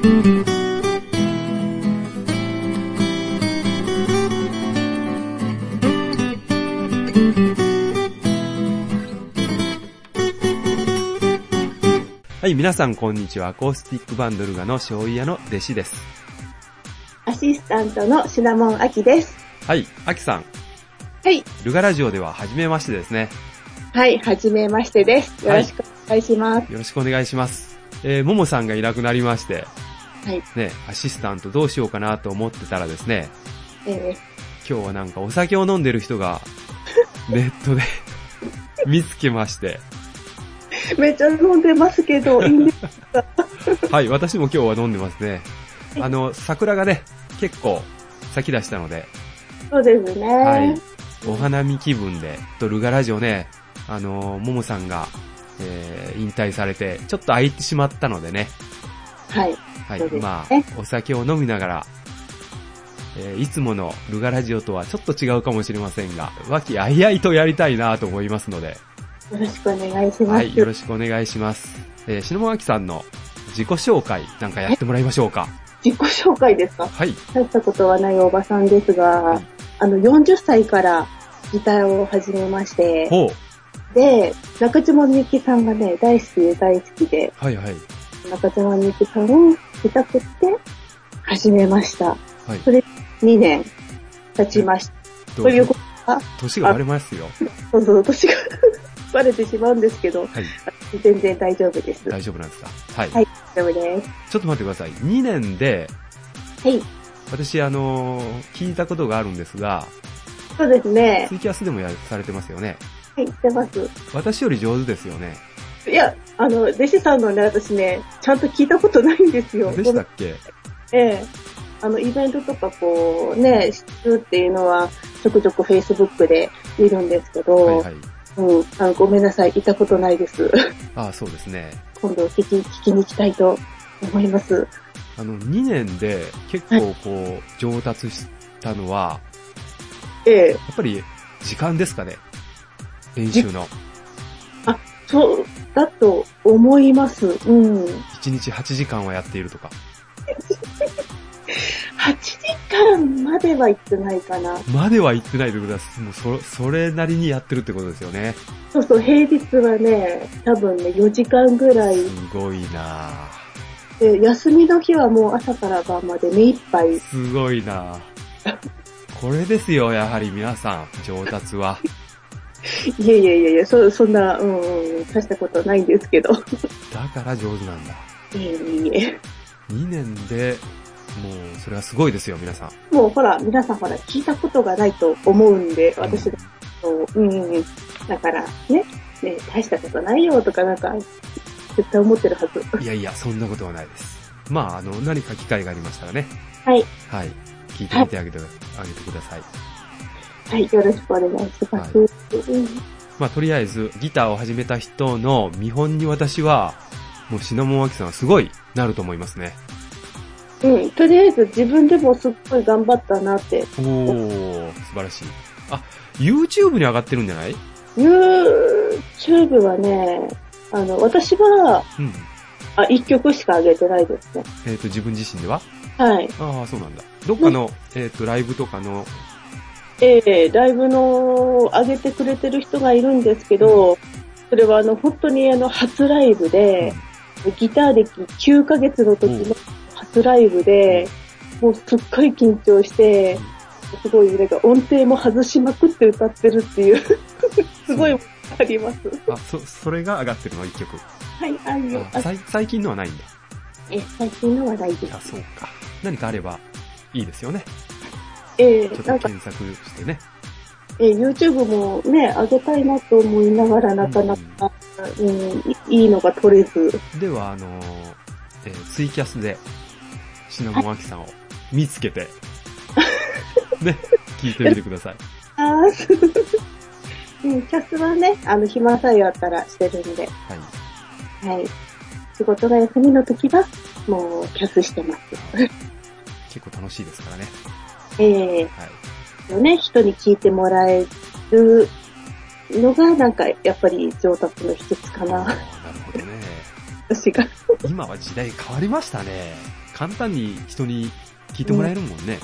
はい、皆さんこんにちは。アコースティックバンドルガの醤油屋の弟子です。 アシスタントのシナモンアキです。 はい、アキさん。 はい。 ルガラジオでは初めましてですね。 はい、初めましてです。よろしくお願いします。はい、 よろしくお願いします。ももさんがいなくなりまして、 はい。 ね、アシスタントどうしようかなと思ってたらですね、今日はなんかお酒を飲んでる人がネットで見つけまして、 めっちゃ飲んでますけど、いいんですか？ はい、私も今日は飲んでますね。桜がね、結構咲き出したので。 そうですね。 はい。お花見気分で、ルガラジオね、ももさんが、引退されて、ちょっと空いてしまったのでね。 はい。 はい。まあ、お酒を飲みながら、いつものルガラジオとはちょっと違うかもしれませんが、和気あいあいとやりたいなと思いますので。 よろしくお願いします。 はい、よろしくお願いします。しのもあきさんの自己紹介なんかやってもらいましょうか。 自己紹介ですか？ はい。 大したことはないおばさんですが、はい、40歳からギターを始めまして、 ほう。で、中島みゆきさんがね、大好きで、 はいはい。 中島みゆきさんを聴きたくって始めました。 はい。 それ2年経ちました。ということは、 年がバレますよ。 そう、年がバレてしまうんですけど、はい、全然大丈夫です。 大丈夫なんですか？はい。 はい、大丈夫です。 ちょっと待ってください。2年で、 はい。 私聞いたことがあるんですが、 そうですね。 ツイキャスでもされてますよね。 はい、してます。 私より上手ですよね。 いや、弟子さんのね、私ね、ちゃんと聞いたことないんですよ。 でしたっけ？ ええ。イベントとかこう、ね、知るっていうのは、ちょくちょく Facebook で見るんですけど、はいはい。うん、ごめんなさい、行ったことないです。 ああ、そうですね。 今度聞きに行きたいと思います。 2年で結構こう、はい、上達したのは、やっぱり時間ですかね？練習の。 あ、そうだと思います。うん。 1日8時間はやっているとか。 8時間までは行ってないかな。 までは行ってないということは、もうそれなりにやってるってことですよね。 そう、平日はね、多分ね、4時間ぐらい。 すごいなぁ。 で、休みの日はもう朝から晩まで目いっぱい。 すごいなぁ。これですよ、やはり皆さん、上達は。 いや、そんな、大したことないんですけど。 だから上手なんだ。 いえ。 2年で、もう、それはすごいですよ、皆さん。 もうほら、皆さん聞いたことがないと思うんで、私だと、だからね、大したことないよとかなんか、絶対思ってるはず。 いや、そんなことはないです。まあ、何か機会がありましたらね。 はい。 はい。聞いてみてあげてください。 はい、よろしくお願いします。はい、 まあ、とりあえず、ギターを始めた人の見本に私は、もう、シナモンアキさんはすごいなると思いますね。 とりあえず自分でもすっごい頑張ったなって。 おー、素晴らしい。あ、YouTube に上がってるんじゃない？ YouTube はね、私は、1曲しか上げてないですね。 自分自身では？ はい。 ああ、そうなんだ。どっかの、ライブとかの、 ライブの上げてくれてる人がいるんですけど、それは本当に初ライブで、ギター歴9ヶ月の時の初ライブで、もうすっごい緊張して、すごいなんか音程も外しまくって歌ってるっていう、すごいあります。 あ、それが上がってるの、1曲。 はい、あるよ。 最近のはないんだ。 最近のはないです。 あ、そうか。何かあればいいですよね。 ちょっと検索してね。 YouTube もね、上げたいなと思いながらなかなか、いいのが取れず。 では、ツイキャスで、シナモンアキさんを見つけて、ね、聞いてみてください。 キャスはね、暇さえあったらしてるんで。はい。仕事が休みの時は、もう、キャスしてます。 結構楽しいですからね。 はい。ね、人に聞いてもらえるのが、なんか、やっぱり上達の一つかな。 なるほどね。 私が。 今は時代変わりましたね。 簡単に人に聞いてもらえるもんね。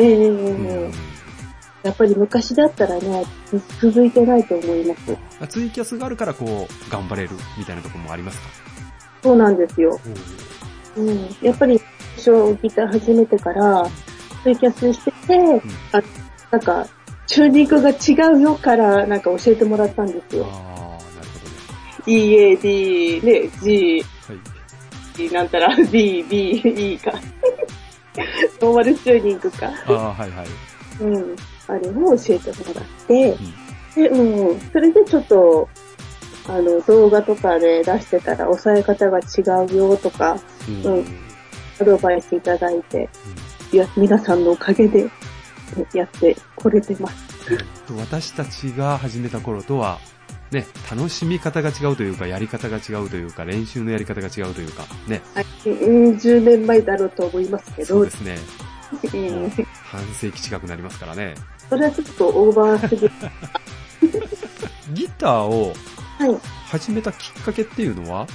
やっぱり昔だったらね、続いてないと思います。 ツイキャスがあるからこう、頑張れるみたいなところもありますか？ そうなんですよ。やっぱり最初ギター始めてから、ツイキャスしてて、なんか、チューニングが違うよからなんか教えてもらったんですよ。 なるほどね。 E, A, D, ね、G、なんたら D, B, E か。ノーマルチューニングか。あれを教えてもらって、で、それでちょっと、動画とかで出してたら押さえ方が違うよとか、アドバイスいただいて、いや、皆さんのおかげでやってこれてます。 私たちが始めた頃とは、ね、楽しみ方が違うというか、やり方が違うというか、練習のやり方が違うというか、ね。 10年前だろうと思いますけど。 そうですね。半世紀近くなりますからね。 それはちょっとオーバーすぎる。 ギターを始めたきっかけっていうのは？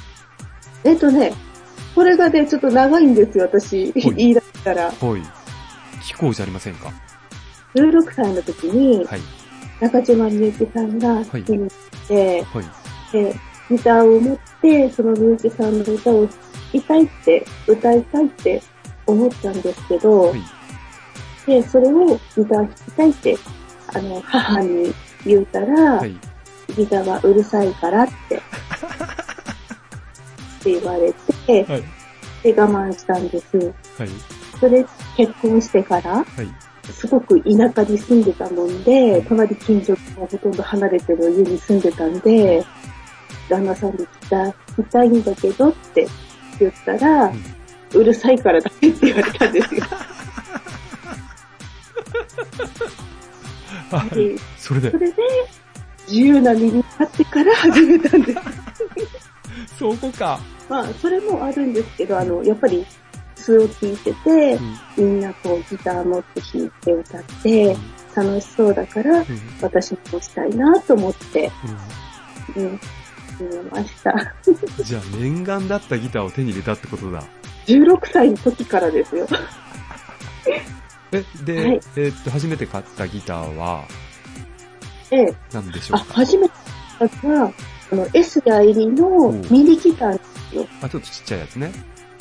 これがね、ちょっと長いんですよ、私。言い出したら。 聞こうじゃありませんか。 16歳の時に、中島みゆきさんが好きになって、で、ギターを持って、そのみゆきさんの歌を聴きたいって、歌いたいって思ったんですけど、で、それをギター弾きたいって、母に言うたら、ギターはうるさいからって言われて、で、我慢したんです。それ、結婚してから、すごく田舎に住んでたもんで、隣近所がほとんど離れてる家に住んでたんで、旦那さんにギター弾きたいんだけどって言ったら、うるさいからだけって言われたんですよ。 それで自由な身になってから始めたんです。 そこか。 まあ、それもあるんですけど、やっぱり、素を聴いてて、みんなこうギター持って弾いて歌って、楽しそうだから、私もしたいなと思って、始めました。 じゃあ念願だったギターを手に入れたってことだ。 16歳の時からですよ。 で、初めて買ったギターは、何でしょうか？ 初めて買ったのは、S が入りのミニギターですよ。 ちょっとちっちゃいやつね。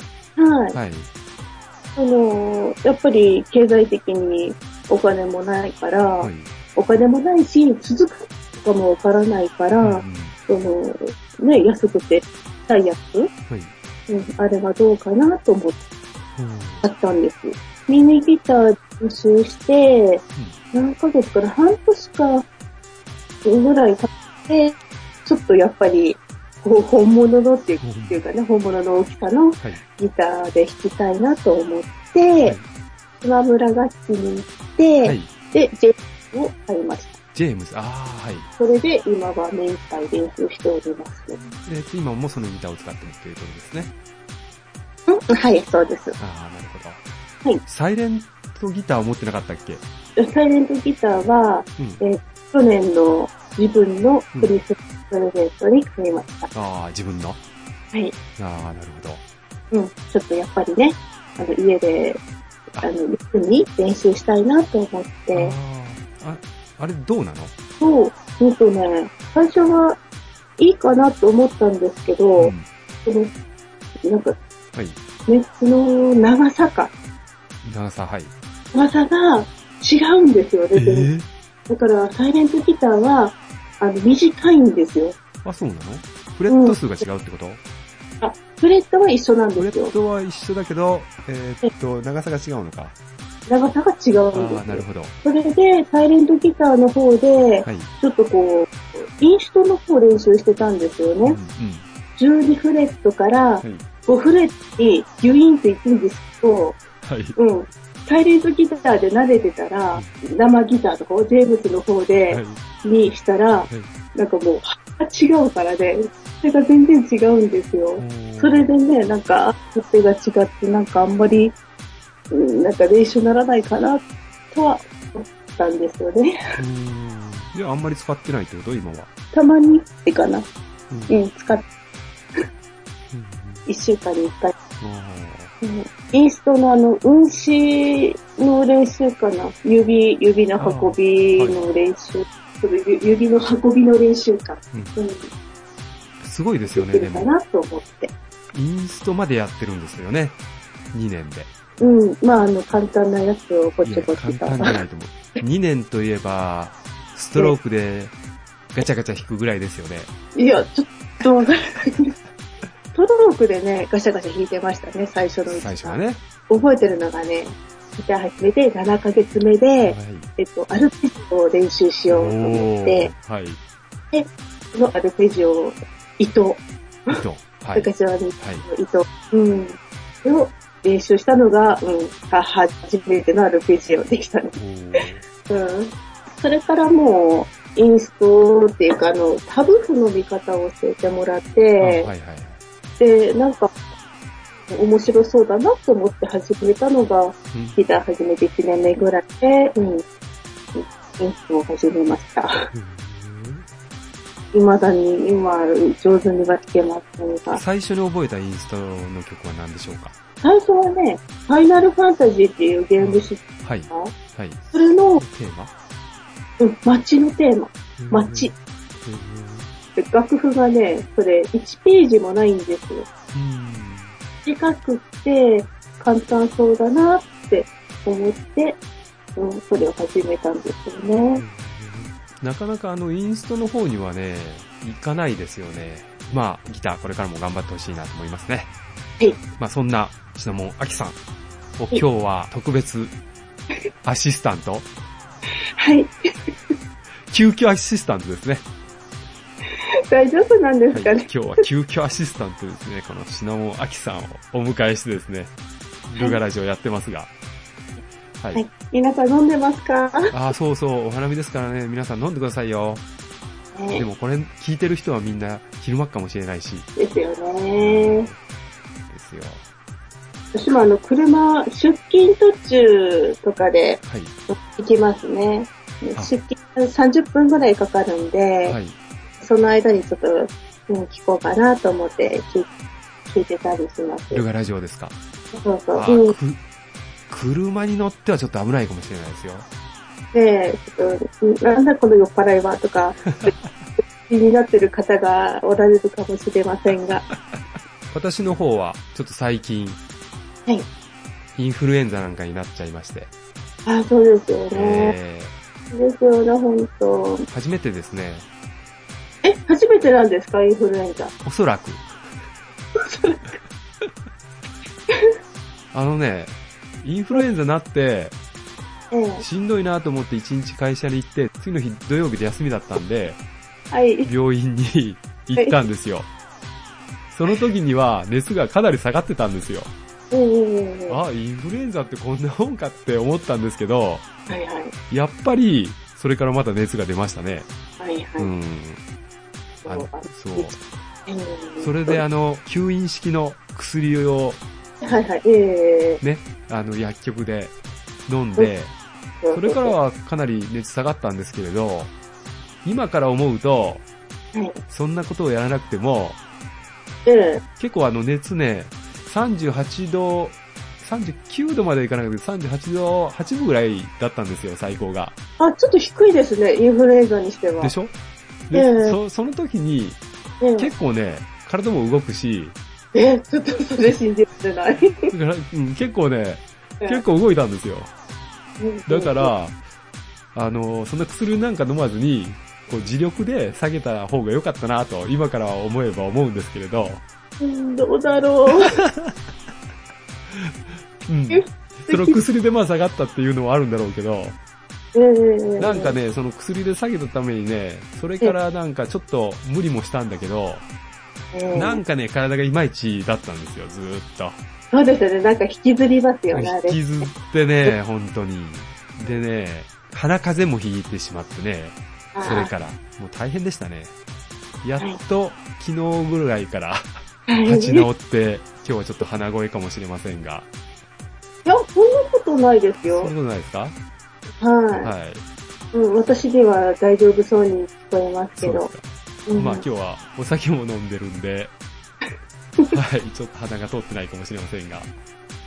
やっぱり経済的にお金もないから、お金もないし、続くかもわからないから、安くて高いやつ、あれはどうかなと思って買ったんです。ミニギター練習して、何ヶ月から半年かぐらい経って、ちょっとやっぱり、本物のっていうかね、本物の大きさのギターで弾きたいなと思って、島村楽器に行って、で、ジェームズを買いました。 ジェームズ、 それで今は目いっぱい練習しております。 今もそのギターを使ってるっていうことですね。 はい、そうです。 なるほど。サイレントギターを持ってなかったっけ？ サイレントギターは、去年の自分のクリスマスプレゼントに買いました。 自分の？ はい。 なるほど。 ちょっとやっぱりね、家で、一緒に練習したいなと思って。 あれどうなの？ そう、最初はいいかなと思ったんですけど、なんか、その長さが違うんですよね。だから、サイレントギターは、短いんですよ。 そうなの？フレット数が違うってこと？ フレットは一緒なんですよ。 フレットは一緒だけど、長さが違うのか。 長さが違うんです。 なるほど。 それで、サイレントギターの方で、ちょっとこう、インストの方練習してたんですよね。12フレットから5フレットにギュイーンと行くんですけど、サイレントギターで慣れてたら、生ギターとかをジェームズの方で、にしたら、なんかもう、違うからね、それが全然違うんですよ。それでね、なんか、勝手が違って、なんかあんまり、なんか練習ならないかな、とは思ったんですよね。 じゃああんまり使ってないってこと今は？ たまにってかな。使って。1週間に1回。 インストの運指の練習かな。指の運びの練習。指の運びの練習か。 すごいですよね、でも。 かなと思って。 インストまでやってるんですよね。2年で。 まあ簡単なやつをぼちぼち簡単じゃないと思う。2年といえば、ストロークでガチャガチャ弾くぐらいですよね。 いや、ちょっとわからない。ストロークでね、ガシャガシャ弾いてましたね、最初の最初はね。 覚えてるのがね、ギター始めて7ヶ月目で、アルペジオを練習しようと思って、 はい。 で、そのアルペジオ、糸。はい。昔はね、糸。を練習したのが、初めてのアルペジオでしたね。それからもう、インストっていうか、タブ譜の見方を教えてもらって、で、なんか、面白そうだなと思って始めたのが、ギター始めて1年目ぐらいで、インストを始めました。未だに今、上手には弾けますが。 最初に覚えたインストの曲は何でしょうか？ 最初はね、ファイナルファンタジーっていうゲームシステム。はい。それの、 テーマ？ 街のテーマ。街。楽譜がね、それ1ページもないんですよ。短くて簡単そうだなって思って、それを始めたんですよね。 なかなかインストの方にはね、いかないですよね。まあ、ギターこれからも頑張ってほしいなと思いますね。 はい。 まあ、そんなシナモンアキさんを今日は特別アシスタントはい。 急遽アシスタントですね。 大丈夫なんですかね、 今日は急遽アシスタントですね。このシナモンアキさんをお迎えしてですね、ルガラジオやってますが。 はい。皆さん飲んでますか？ そうそう、お花見ですからね、皆さん飲んでくださいよ。でもこれ聞いてる人はみんな昼間かもしれないし。 ですよね。 ですよ。 私も車、出勤途中とかで行きますね。出勤30分ぐらいかかるんで、その間にちょっと、聞こうかなと思って聞いてたりします。 ルガラジオですか？ そうそう。 車に乗ってはちょっと危ないかもしれないですよ。 ちょっと、なんだこの酔っ払いはとか、気になってる方がおられるかもしれませんが。 私の方は、ちょっと最近、インフルエンザなんかになっちゃいまして。 そうですよね。ですよね、ほんと。 初めてですね。 初めてなんですか、インフルエンザ。 おそらく。インフルエンザになって、しんどいなと思って1日会社に行って、次の日土曜日で休みだったんで、病院に行ったんですよ。その時には熱がかなり下がってたんですよ。インフルエンザってこんなもんかって思ったんですけど、やっぱりそれからまた熱が出ましたね。そう。それで吸引式の薬をね、薬局で飲んで、それからはかなり熱下がったんですけれど、今から思うと、そんなことをやらなくても、結構熱ね、38度、39度までいかなくて38度8分ぐらいだったんですよ、最高が。 ちょっと低いですね、インフルエンザにしては。 でしょ？で、その時に、結構ね、体も動くし、 ちょっとそれ信じられない。 だから、結構ね、結構動いたんですよ。だから、そんな薬なんか飲まずに、こう自力で下げた方が良かったなと、今から思えば思うんですけれど。 どうだろう。 その薬で下がったっていうのはあるんだろうけど、なんかね、その薬で下げたためにね、それからなんかちょっと無理もしたんだけど、なんかね、体がいまいちだったんですよ、ずーっと。 そうですよね、なんか引きずりますよね、あれ。 引きずってね、本当に。でね、鼻風邪もひいてしまってね、それから、もう大変でしたね。やっと昨日ぐらいから立ち直って、今日はちょっと鼻声かもしれませんが。 いや、そんなことないですよ。 そんなことないですか？ 私には大丈夫そうに聞こえますけど。 まあ今日はお酒も飲んでるんで、ちょっと鼻が通ってないかもしれませんが。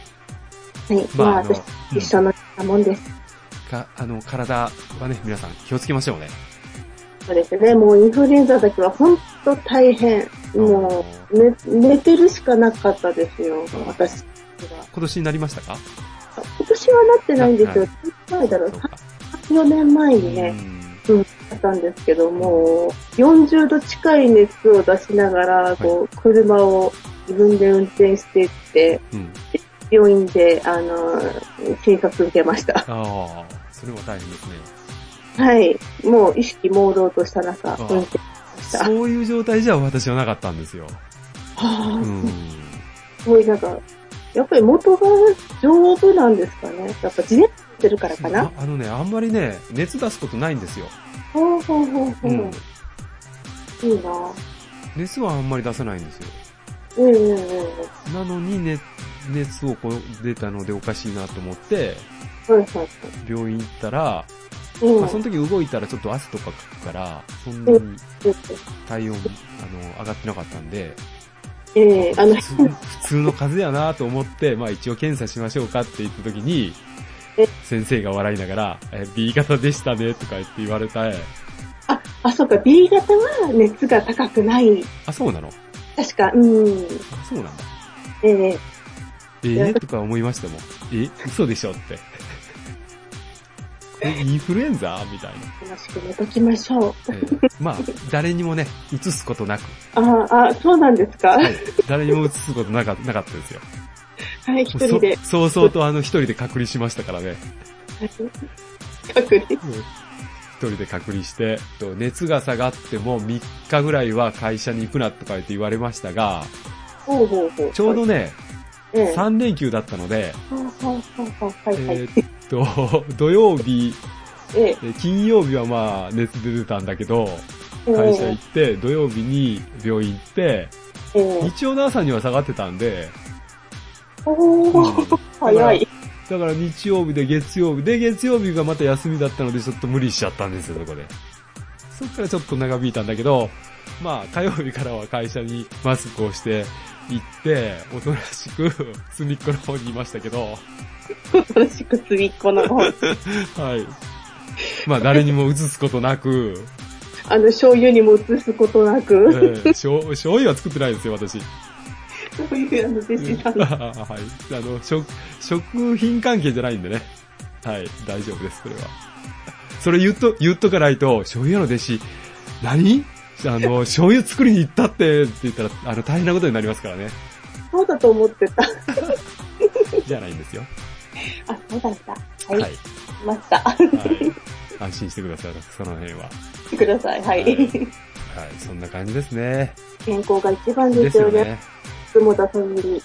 はい。まあ、一緒のもんです。 体はね、皆さん気をつけましょうね。 そうですね。もうインフルエンザだけは本当大変。もう、寝てるしかなかったですよ、私は。 今年になりましたか？ 今年はなってないんですよ。何前だろう。4年前にね、あったんですけども、40度近い熱を出しながら、こう、車を自分で運転していって、病院で、診察受けました。 ああ、それは大変ですね。 はい。もう意識朦朧とした中、運転しました。 そういう状態じゃ私はなかったんですよ。 すごいなんか、やっぱり元が丈夫なんですかね。やっぱ自熱してるからかな。 あんまりね、熱出すことないんですよ。 いいな。 熱はあんまり出さないんですよ。なのに熱を出たのでおかしいなと思って、病院行ったら、まあ、その時動いたらちょっと汗とかかくから、そんなに体温、上がってなかったんで、普通の風邪やなと思って、まあ一応検査しましょうかって言った時に、先生が笑いながら、B 型でしたねとか言って言われた。 そうか、B 型は熱が高くない。 そうなの？ 確か、 そうなんだ。とか思いましたもん。嘘でしょって。インフルエンザみたいな。 楽しく寝ときましょう。 まあ、誰にもね、移すことなく。 そうなんですか？はい。 誰にも移すことなかったですよ。 はい、一人で。 そうそうと一人で隔離しましたからね。 隔離？ 一人で隔離して、熱が下がっても3日ぐらいは会社に行くなとか言って言われましたが、ちょうどね、3連休だったので、土曜日、金曜日はまあ熱出てたんだけど、会社行って、土曜日に病院行って、日曜の朝には下がってたんで、 早い。 だから日曜日で月曜日がまた休みだったのでちょっと無理しちゃったんですよ、そこで。そっからちょっと長引いたんだけど、まあ火曜日からは会社にマスクをして行って、おとなしく隅っこの方にいましたけど。 おとなしく隅っこの方。はい。 まあ誰にも移すことなく。 醤油にも移すことなく。 醤油は作ってないですよ、私。 そういう弟子さん。 はい。食品関係じゃないんでね。はい、大丈夫です、それは。それ言っとかないと、醤油の弟子、何？醤油作りに行ったって言ったら、大変なことになりますからね。 そうだと思ってた。 じゃないんですよ。 そうだった。はい。ました。はい。 安心してください、その辺は。 ください、はい。はい、 そんな感じですね。 健康が一番ですよね。つも出さずに。です。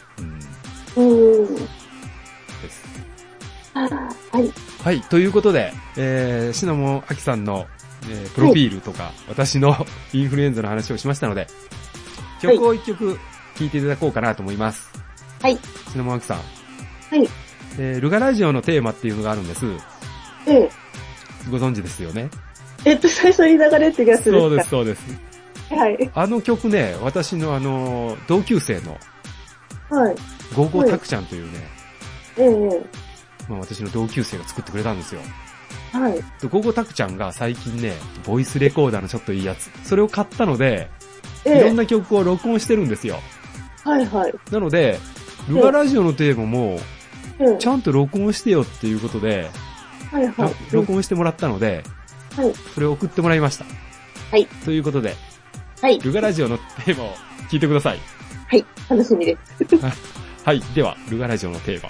はい。 はい、ということで、シナモンアキさんの、プロフィールとか、私のインフルエンザの話をしましたので、曲を一曲聴いていただこうかなと思います。 はい。 シナモンアキさん。 はい。 ルガラジオのテーマっていうのがあるんです。ご存知ですよね。 最初に流れってやつですか？ そうです。はい。曲ね、私の同級生の、 はい。 ゴーゴータクちゃんというね、まあ私の同級生が作ってくれたんですよ。 はい。 ゴーゴータクちゃんが最近ね、ボイスレコーダーのちょっといいやつ、それを買ったので、いろんな曲を録音してるんですよ。 はいはい。 なので、ルガラジオのテーマも、ちゃんと録音してよっていうことで、 はいはい。 録音してもらったので、はい。それを送ってもらいました。 はい。 ということで、 はい。 ルガラジオのテーマを聞いてください。 はい。楽しみです。 はい。では、ルガラジオのテーマ。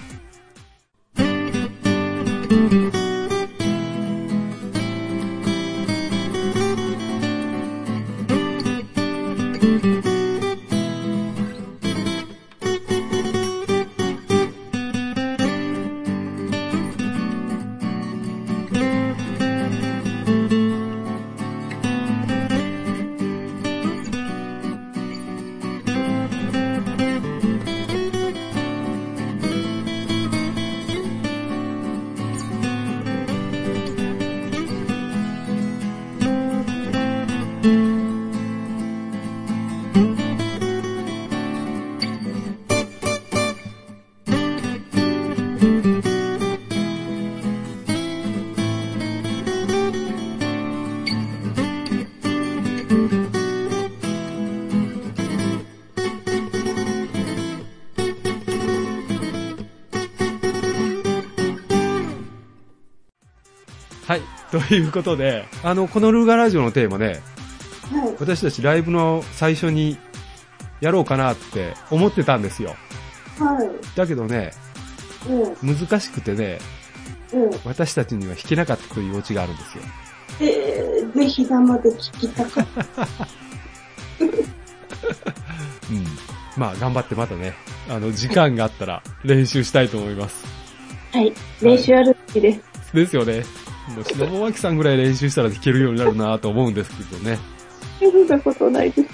はい。ということで、このルーガラジオのテーマね、はい、私たちライブの最初にやろうかなって思ってたんですよ。はい。だけどね、難しくてね、私たちには弾けなかったというオチがあるんですよ。 ぜひ生で聞きたかった。 まあ頑張ってまたね、時間があったら練習したいと思います。 はい。練習ある好きです。 ですよね。もうしのぶまきさんぐらい練習したら弾けるようになるなと思うんですけどね。 そんなことないです。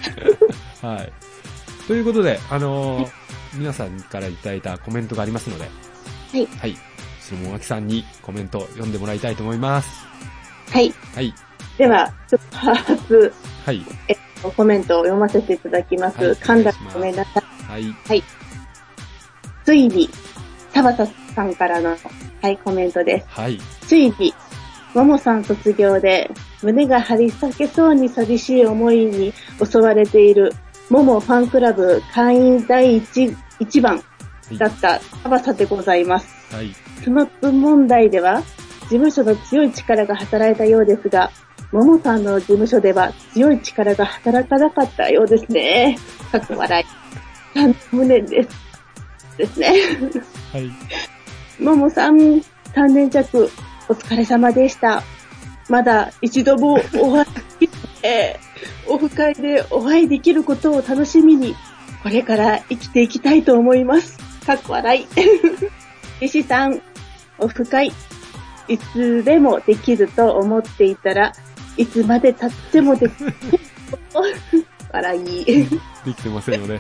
はい。ということで、皆さんからいただいたコメントがありますので、はい。はい。しのぶまきさんにコメント読んでもらいたいと思います。 はい。はい。では、ちょっと初、はい。コメントを読ませていただきます。はい、神田ごめんなさい。はい。はい。ついに、田畑さんからの、はい、コメントです。はい。ついに、ももさん卒業で、胸が張り裂けそうに寂しい思いに襲われている、ももファンクラブ会員第1番だった田畑でございます。はい。その分問題では、事務所の強い力が働いたようですが、ももさんの事務所では強い力が働かなかったようですね。かっこ笑い。無念です。ですね。はい。ももさん、3年弱、お疲れ様でした。まだ一度もオフ会でお会いできることを楽しみに、これから生きていきたいと思います。かっこ笑い。石さん、オフ会、いつでもできると思っていたら、いつまで経ってもできる。笑い。 できてませんよね。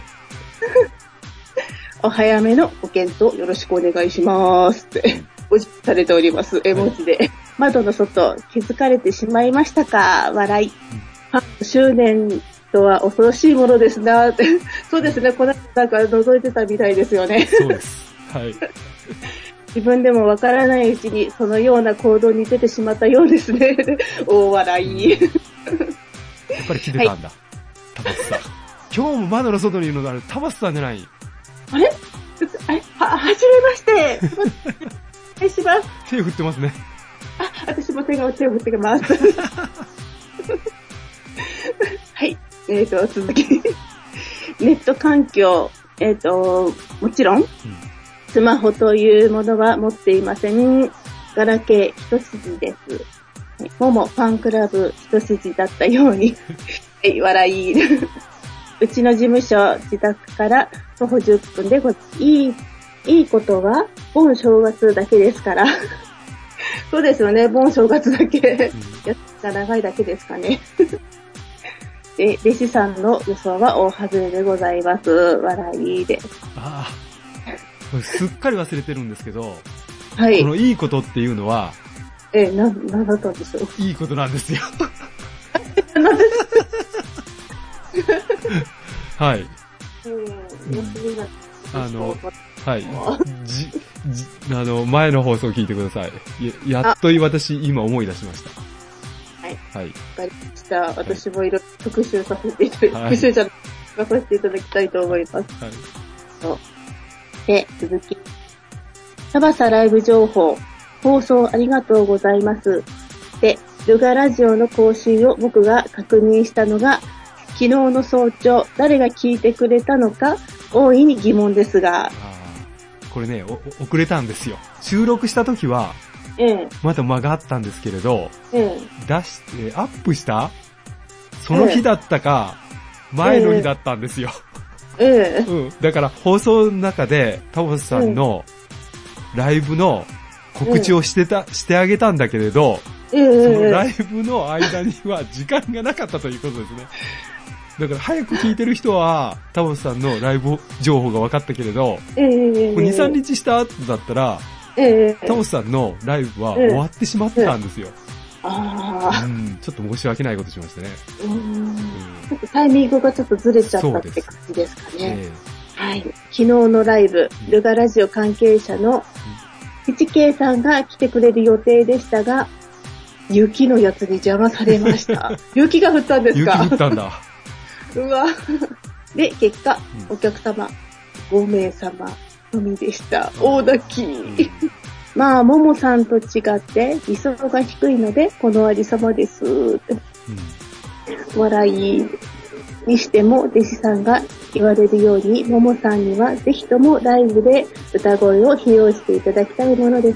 お早めのご検討よろしくお願いしますって、おじされております。絵文字で。はい、窓の外、気づかれてしまいましたか笑い。執念とは恐ろしいものですなって。そうですね、このなんか覗いてたみたいですよね。 そうです。はい。 自分でもわからないうちにそのような行動に出てしまったようですね。大笑い。やっぱり来てたんだ。田畑さん。今日も窓の外にいるのがある田畑さんじゃない。 あれはじめまして。お願いします。 手振ってますね。 私も手を振ってます。はい。続き。ネット環境、もちろん、スマホというものは持っていません。ガラケー一筋です。ももファンクラブ一筋だったように。はい、笑い。うちの事務所、自宅から徒歩10分でいいことは、盆正月だけですから。そうですよね、盆正月だけ。やつが長いだけですかね。で、弟子さんの予想は大外れでございます。笑いで。 ああ。すっかり忘れてるんですけど、はい。このいいことっていうのは、 なんだったんでしょう。 いいことなんですよ。 なんですはい。はい。前の放送を聞いてください。やっと私、今思い出しました。 はい。はい。わかりました。私もいろいろ復習させていただき、復習じゃなくさせていただきたいと思います。はい。で、続き。田畑ライブ情報、放送ありがとうございます。で、ルガラジオの更新を僕が確認したのが、昨日の早朝、誰が聞いてくれたのか、大いに疑問ですが。 これね、遅れたんですよ。収録した時は、まだ間があったんですけれど、出して、アップしたその日だったか、前の日だったんですよ。だから放送の中で、田畑さんのライブの告知をしてあげたんだけれど、そのライブの間には時間がなかったということですね。だから早く聞いてる人は、田畑さんのライブ情報が分かったけれど、2、3日した後だったら、田畑さんのライブは終わってしまってたんですよ。ちょっと申し訳ないことしましたね。 ちょっとタイミングがちょっとずれちゃったって感じですかね。はい。昨日のライブ、ルガラジオ関係者の一慶さんが来てくれる予定でしたが、雪のやつに邪魔されました。雪が降ったんですか？ 雪降ったんだ。 うわ。で、結果、お客様5名様のみでした。大泣き。 まあ、ももさんと違って理想が低いので、このありさまです。笑いにしても、弟子さんが言われるように、ももさんにはぜひともライブで歌声を披露していただきたいものです。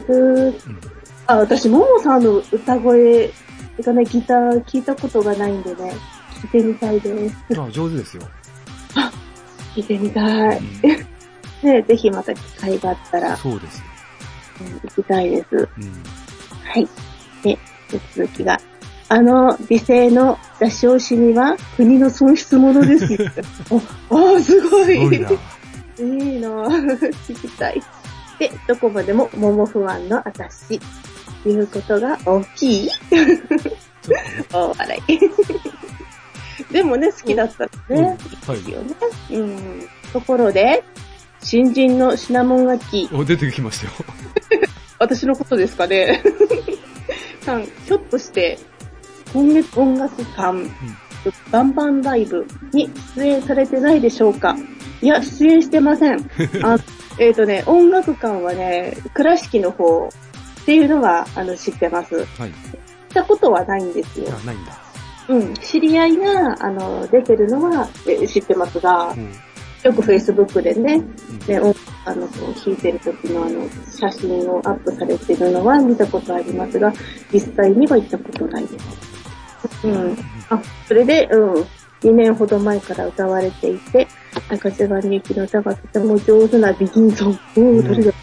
私、ももさんの歌声がね、ギター聞いたことがないんでね、聞いてみたいです。 上手ですよ。 聞いてみたい。ね、ぜひまた機会があったら。 そうですよ。 行きたいです。はい。で、続きが。美声の出し惜しみは国の損失ものですよ。すごい。いいな聞きたい。で、どこまでも桃不安の私。言うことが大きい大笑い。でもね、好きだったらね。いいですよね。ところで、新人のシナモンガキ。 出てきましたよ。 私のことですかね。ひょっとして、今月音楽館、バンバンライブに出演されてないでしょうか？いや、出演してません。音楽館はね、倉敷の方っていうのは、知ってます。はい。行ったことはないんですよ。 ないんだ。 知り合いが、出てるのは、知ってますが、よく Facebook でね、弾いてる時の写真をアップされてるのは見たことありますが、実際には行ったことないです。それで、2年ほど前から歌われていて、中島みゆきの歌がとても上手なビギンソン。誰だ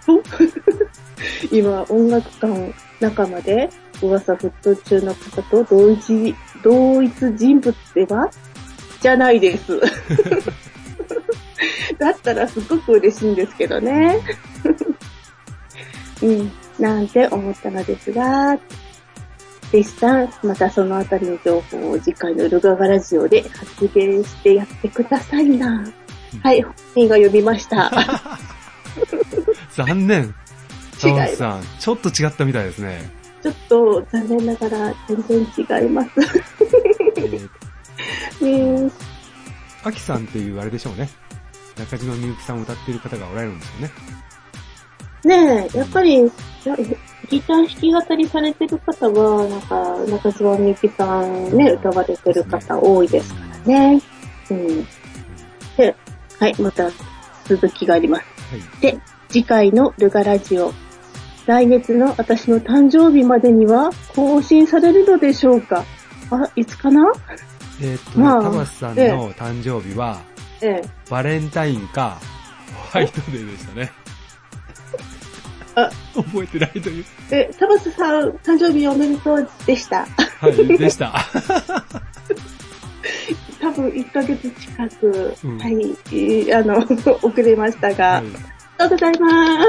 今、音楽館仲間で噂沸騰中の方と同一人物ではじゃないです。だったらすごく嬉しいんですけどね。なんて思ったのですが、弟子さん、またそのあたりの情報を次回のルガガラジオで発言してやってくださいな。はい、本人が呼びました。 残念。タワさん、ちょっと違ったみたいですね。 ちょっと残念ながら全然違います。 アキさんっていうあれでしょうね。中島みゆきさんを歌っている方がおられるんですよね。ねえ、やっぱり、ギター弾き語りされてる方は、中島みゆきさんね、歌われてる方多いですからね。で、はい、また続きがあります。で、次回のルガラジオ。来月の私の誕生日までには更新されるのでしょうか？いつかな？ タバスさんの誕生日は、バレンタインか、ホワイトデーでしたね。覚えてないという。 タバスさん、誕生日おめでとうでした。 はい、でした。 多分1ヶ月近く、はい、遅れましたが、ありがとうございます。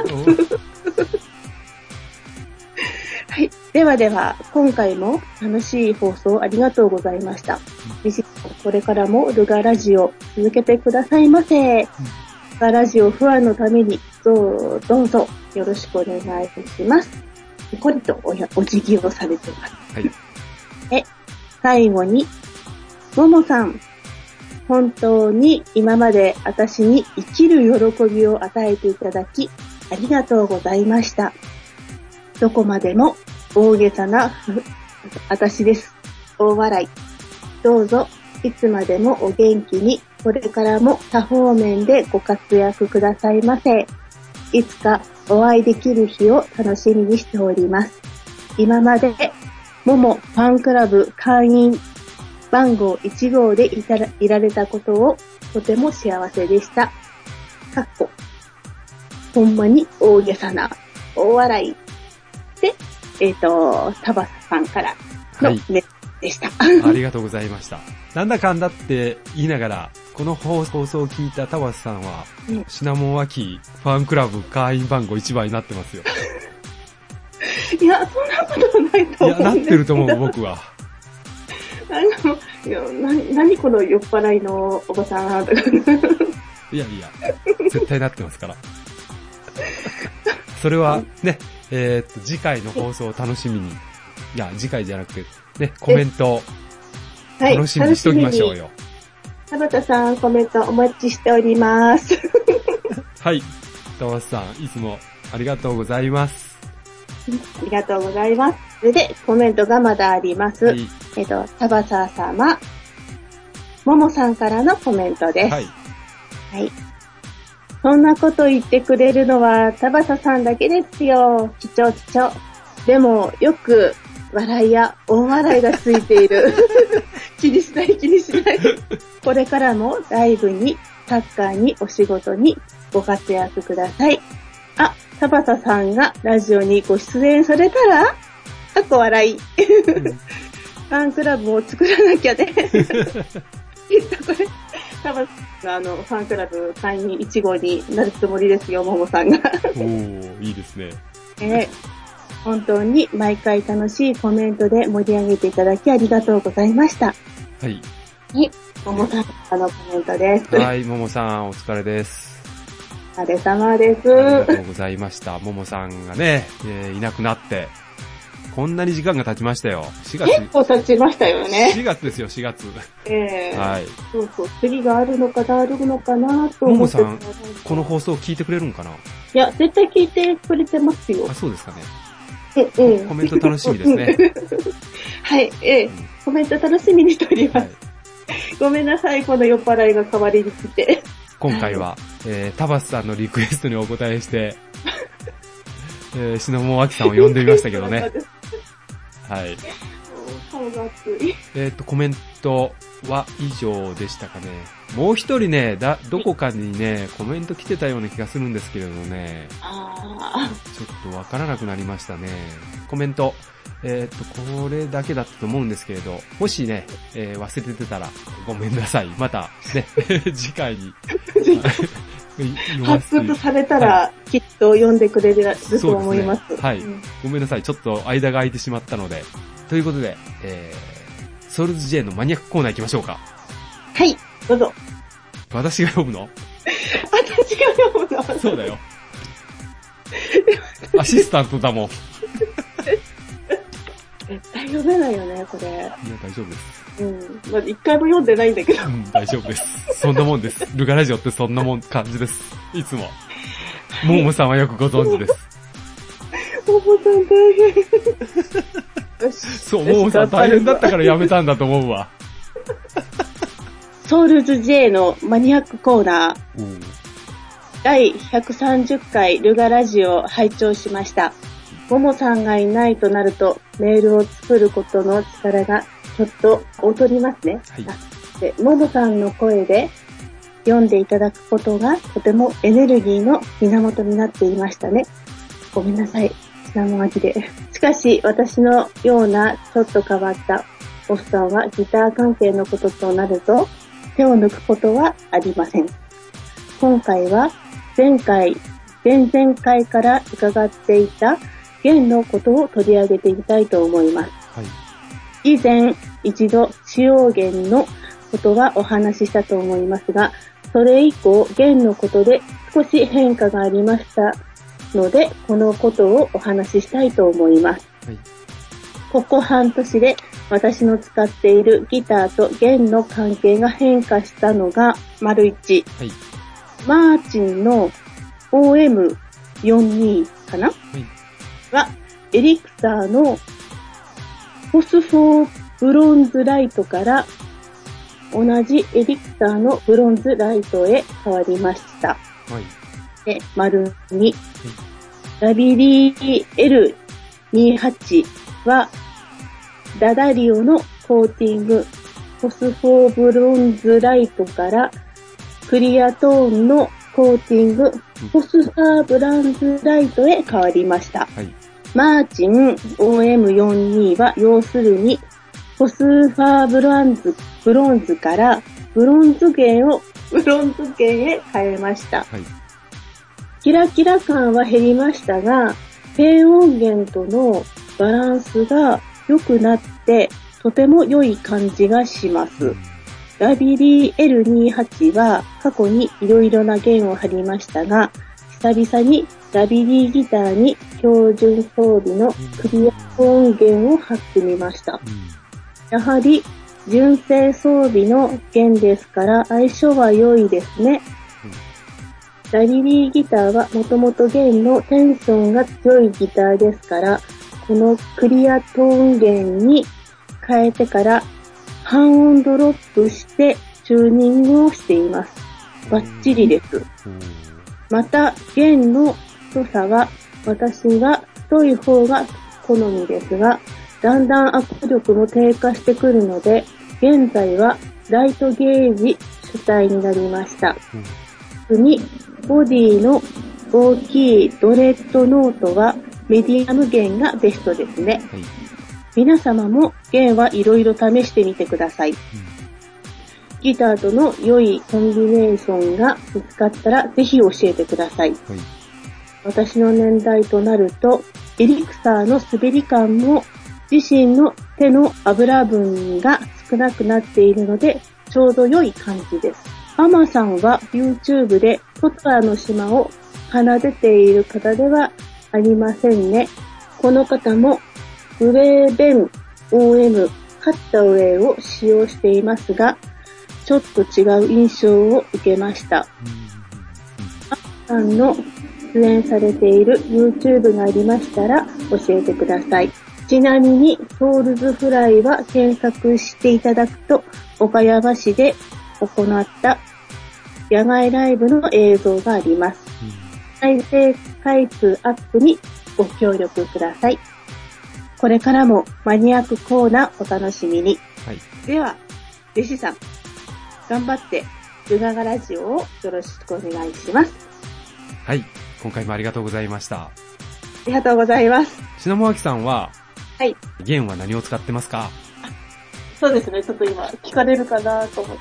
はい。では、今回も楽しい放送ありがとうございました。これからもルガラジオ続けてくださいませ。ルガラジオ不安のためにどうぞよろしくお願いします。にこりとお辞儀をされてます。はい。最後に、ももさん、本当に今まで私に生きる喜びを与えていただき、ありがとうございました。どこまでも大げさな私です。大笑い。どうぞいつまでもお元気に、これからも多方面でご活躍くださいませ。いつかお会いできる日を楽しみにしております。今までももファンクラブ会員番号1号でいられたことをとても幸せでした。ほんまに大げさな大笑いで、タバサさんからのメッセージでした。 ありがとうございました。なんだかんだって言いながら、この放送を聞いたタバサさんは、シナモンワキファンクラブ会員番号1番になってますよ。 いや、そんなことないと思うんですけど。いや、 なってると思う、僕は。 何この酔っ払いのおばさんとか。 いや、絶対なってますから。それはね、次回の放送を楽しみに。いや、次回じゃなくて、ね、コメント、楽しみにしときましょうよ。 田畑さん、コメントお待ちしております。 はい。田畑さん、いつもありがとうございます。 ありがとうございます。それで、コメントがまだあります。はい、タバサー様、ももさんからのコメントです。はい。はい。そんなこと言ってくれるのは、タバサさんだけですよ。貴重。でも、よく、笑いや大笑いがついている。気にしない。これからもライブに、サッカーに、お仕事にご活躍ください。あ、タバサさんがラジオにご出演されたら、かっこ笑い。ファンクラブを作らなきゃね。きっとこれ、タバサがファンクラブ会員1号になるつもりですよ、ももさんが。 おー、いいですね。 本当に毎回楽しいコメントで盛り上げていただきありがとうございました。 はい。 ももさんからのコメントです。 はい、ももさんお疲れです。 お疲れ様です。 ありがとうございました。ももさんがね、いなくなって、こんなに時間が経ちましたよ。4月。 結構経ちましたよね。 4月ですよ、4月。 はい。そう、次があるのかなと思って。ももさん、この放送聞いてくれるんかな？いや、絶対聞いてくれてますよ。 あ、そうですかね。コメント楽しみですね。 はい、コメント楽しみにしております。はい、ごめんなさい、この酔っ払いが代わりに来て。 今回は、タバスさんのリクエストにお答えして、シナモンアキさんを呼んでみましたけどね。はい。 顔が熱い。 コメントは以上でしたかね。もう一人ね、どこかにね、コメント来てたような気がするんですけれどね。ちょっとわからなくなりましたね。コメント、これだけだったと思うんですけれど、もしね、忘れてたらごめんなさい。また、ね、次回に。 発掘されたら、はい、きっと読んでくれると思います。 はい、ごめんなさい。ちょっと間が空いてしまったので。ということで、ソウルズ J のマニアックコーナー行きましょうか。 はい、どうぞ。 私が読むの？ 私が読むの？ そうだよ。アシスタントだもん。 絶対読めないよね、これ。いや、 大丈夫です。 まあ、一回も読んでないんだけど。 大丈夫です。そんなもんです。ルガラジオってそんなもん感じです。いつも。ももさんはよくご存知です。 ももさん大変。 そう、ももさん大変だったからやめたんだと思うわ。 ソウルズ J のマニアックコーナー。第130回ルガラジオを拝聴しました。ももさんがいないとなるとメールを作ることの力がちょっと劣りますね。はい、でももさんの声で読んでいただくことがとてもエネルギーの源になっていましたね。ごめんなさい。シナモン味で。しかし私のようなちょっと変わったおっさんはギター関係のこととなると手を抜くことはありません。今回は前々回から伺っていた弦のことを取り上げてみたいと思います。はい、以前一度使用弦のことはお話ししたと思いますが、それ以降弦のことで少し変化がありましたので、このことをお話ししたいと思います。はい、ここ半年で私の使っているギターと弦の関係が変化したのが、1、はい、マーチンの OM42 かな、はい、は、エリクサーのフォスフォーブロンズライトから同じエリクサーのブロンズライトへ変わりました。はい、で、2、はい、ラビリー L28 はダダリオのコーティングフォスフォーブロンズライトからクリアトーンのコーティングフォスファーブランズライトへ変わりました。はい、マーチン OM42 は要するにフォスファーブロンズからブロンズ弦へ変えました。はい、キラキラ感は減りましたが、低音源とのバランスが良くなってとても良い感じがします。ラビリー L28 は過去にいろいろな弦を張りましたが、久々にラビリーギターに標準装備のクリア音源を貼ってみました。やはり純正装備の弦ですから相性は良いですね。 ラリリーギターはもともと弦のテンションが強いギターですから、このクリアトーン弦に変えてから半音ドロップしてチューニングをしています。バッチリです。また、弦の太さは私が太い方が好みですが、だんだん握力も低下してくるので、現在はライトゲージ主体になりました。次に、ボディの大きいドレッドノートはメディアム弦がベストですね。はい、皆様も弦はいろいろ試してみてください。ギターとの良いコンビネーションが見つかったらぜひ教えてください。はい、私の年代となると、エリクサーの滑り感も自身の手の油分が少なくなっているので、ちょうど良い感じです。ママさんは YouTube でトトラの島を奏でている方ではありませんね。この方もウェーベン OM カッタウェイを使用していますが、ちょっと違う印象を受けました。ママさんの出演されている YouTube がありましたら教えてください。ちなみにソウルズフライは検索していただくと岡山市で行った野外ライブの映像があります。再生回数アップにご協力ください。これからもマニアックコーナーお楽しみに。はい、では、弟子さん、頑張ってルガガラジオをよろしくお願いします。 はい、今回もありがとうございました。ありがとうございます。 篠本明さんは、 はい。 弦は何を使ってますか？ そうですね、ちょっと今聞かれるかなと思って。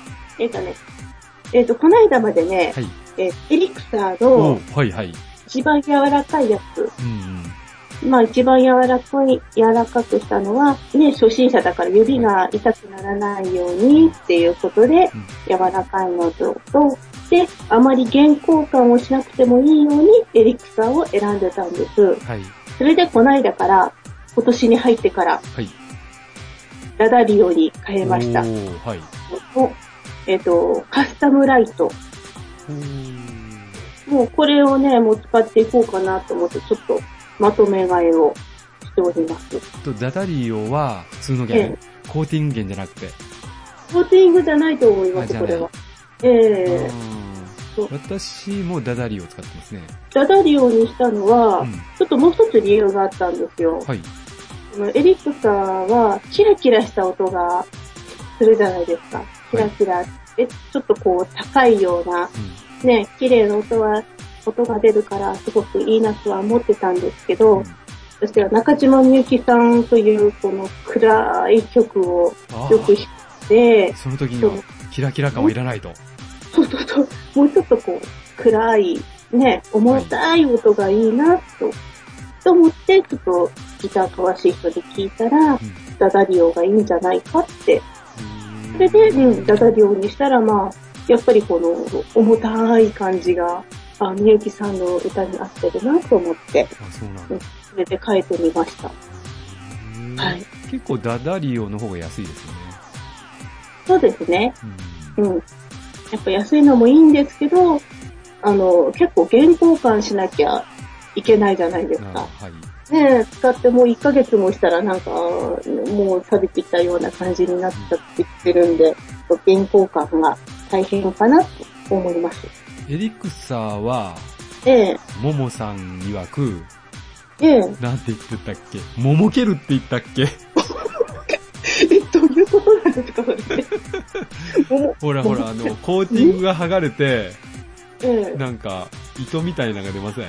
この間までね、はい、エリクサーの一番柔らかいやつ、まあ一番柔らかくしたのは、ね、初心者だから指が痛くならないようにっていうことで、柔らかいのと、で、あまり弦交換をしなくてもいいようにエリクサーを選んでたんです。はい、それでこの間から、今年に入ってから、はい、ラダリオに変えました。はい、カスタムライト。もうこれをね、もう使っていこうかなと思って、ちょっとまとめ買いをしております。 ラダリオは普通の弦、コーティング弦じゃなくて。 コーティングじゃないと思います、これは。 私もダダリオを使ってますね。 ダダリオにしたのは、ちょっともう一つ理由があったんですよ。はい、エリクサーはキラキラした音がするじゃないですか。キラキラってちょっとこう高いような、ね、綺麗な音が出るからすごくいいなとは思ってたんですけど、そしては中島みゆきさんというこの暗い曲をよく知って、 その時にはキラキラ感はいらないと。 そう、もうちょっとこう暗いね、重たい音がいいなと思って、ちょっとギター詳しい人で聞いたら、ダダリオがいいんじゃないかって。それで、ダダリオにしたら、まあ、やっぱりこの重たい感じが、みゆきさんの歌に合ってるなと思って、それで変えてみました。 はい。結構ダダリオの方が安いですよね。 そうですね。やっぱ安いのもいいんですけど、結構弦交換しなきゃいけないじゃないですか。はい、ねえ、使ってもう1ヶ月もしたらなんか、もう錆びてきたような感じになっちゃってきてるんで、弦交換が大変かなと思います。 エリクサーは、ももさん曰く、なんて言ってたっけ？ももけるって言ったっけ？ どういうことなんですか、それ。 ほら、コーティングが剥がれて、なんか、糸みたいなのが出ません？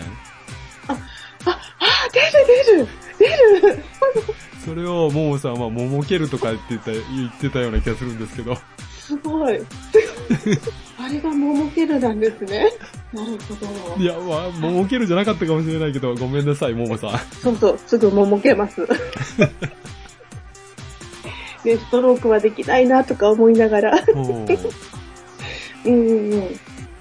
出るそれを、ももさんは、ももけるとか言ってたような気がするんですけど。 すごい。あれがももけるなんですね。なるほど。 いや、まあ、ももけるじゃなかったかもしれないけど、ごめんなさい、ももさん。 そう、すぐももけます。ね、ストロークはできないなとか思いながら。そうですね、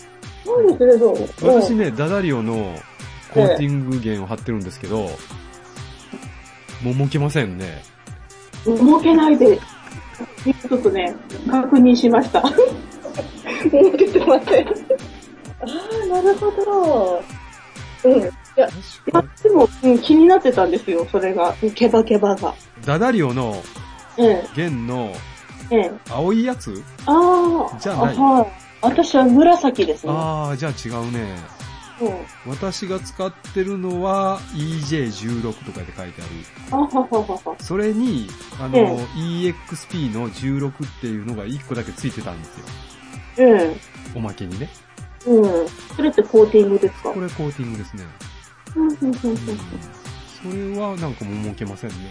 私ね、ダダリオのコーティング弦を貼ってるんですけど、ももけませんね。 ももけないで、ちょっとね、確認しました。ももけてません。 なるほど。うん。いや、でも、気になってたんですよ、それが。ケバケバが。 ダダリオの、弦の、青いやつじゃない。 はい。私は紫ですね。 ああ、じゃあ違うね。私が使ってるのは EJ16 とかで書いてある。それに、EXP の16っていうのが1個だけついてたんですよ。おまけにね。 それってコーティングですか？ これコーティングですね。それはなんかも儲けませんね。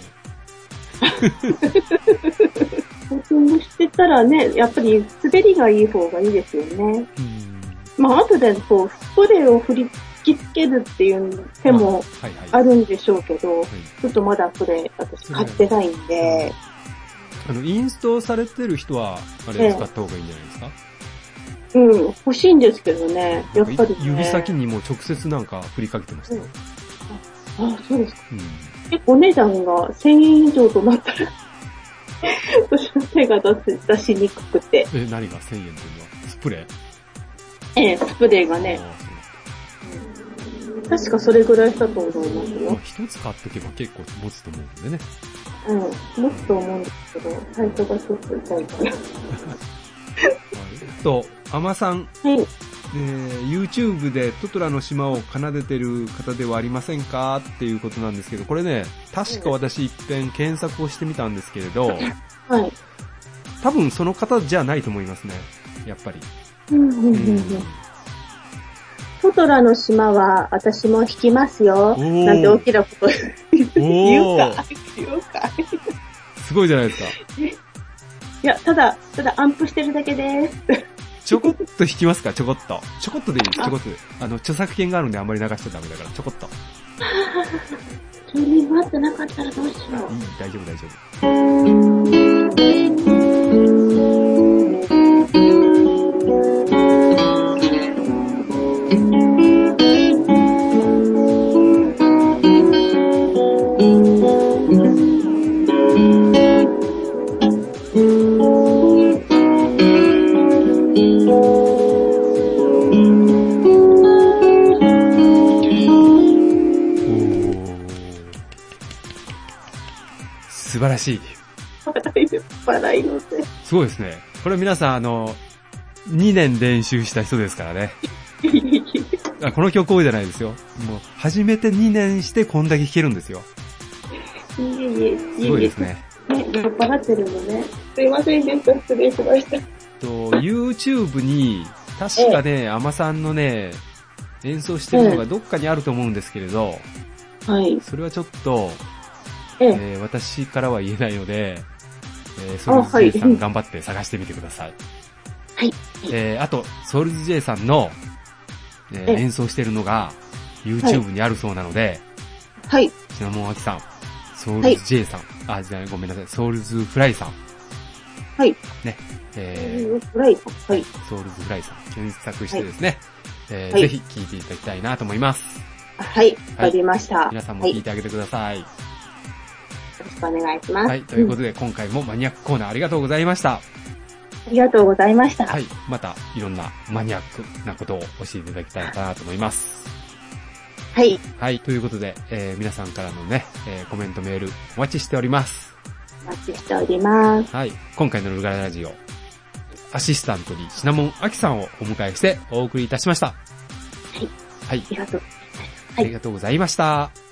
コーティングしてたらね、やっぱり滑りがいい方がいいですよね。まあ、後でこう、スプレーを吹きつけるっていう手もあるんでしょうけど、ちょっとまだそれ、私買ってないんで。 インストされてる人は、あれ使った方がいいんじゃないですか？ 欲しいんですけどね、やっぱりね。 指先にも直接なんか振りかけてましたよ。 そうですか。結構値段が1000円以上となったら、私の手が出しにくくて。 何が1000円っていうのはスプレー？ スプレーがね。確かそれぐらいしたと思いますよ。 一つ買っとけば結構持つと思うんでね。 持つと思うんですけど、サイトがちょっと痛いから。 アマさん。YouTube でトトラの島を奏でてる方ではありませんかっていうことなんですけど、これね、確か私一遍検索をしてみたんですけれど、多分その方じゃないと思いますね、やっぱり。 トトラの島は私も弾きますよ。なんて大きなこと言うか。 すごいじゃないですか。 いや、ただアンプしてるだけです。 ちょこっと弾きますか？ちょこっと。ちょこっとでいいです。ちょこっとで。著作権があるんであんまり流しちゃダメだから、ちょこっと。 急に待ってなかったらどうしよう。 大丈夫、大丈夫。素晴らしい。 笑いので。 すごいですね。これ皆さん2年練習した人ですからね。この曲多いじゃないですよ。もう初めて2年してこんだけ弾けるんですよ。すごいですね。 酔っ払ってるのね。すいませんでした。失礼しました。 YouTube に確かね、アマさんのね、演奏してるのがどっかにあると思うんですけれど、それはちょっと、私からは言えないので、ソウルズ J さん頑張って探してみてください。あと、ソウルズ J さんの、演奏してるのが YouTube にあるそうなので、シナモンアキさん、ソウルズ J さん、ごめんなさい、ソウルズフライさん。ね。 フライさん。 ソウルズフライさん。検索してですね、ぜひ聴いていただきたいなと思います。 わかりました。 皆さんも聴いてあげてください。 よろしくお願いします。 ということで、今回もマニアックコーナーありがとうございました。 ありがとうございました。 またいろんなマニアックなことを教えていただきたいかなと思います。ということで、皆さんからのね、コメントメールお待ちしております。 お待ちしております。 今回のルガララジオ、アシスタントにシナモンアキさんをお迎えしてお送りいたしました。 ありがとうございました。 ありがとうございました。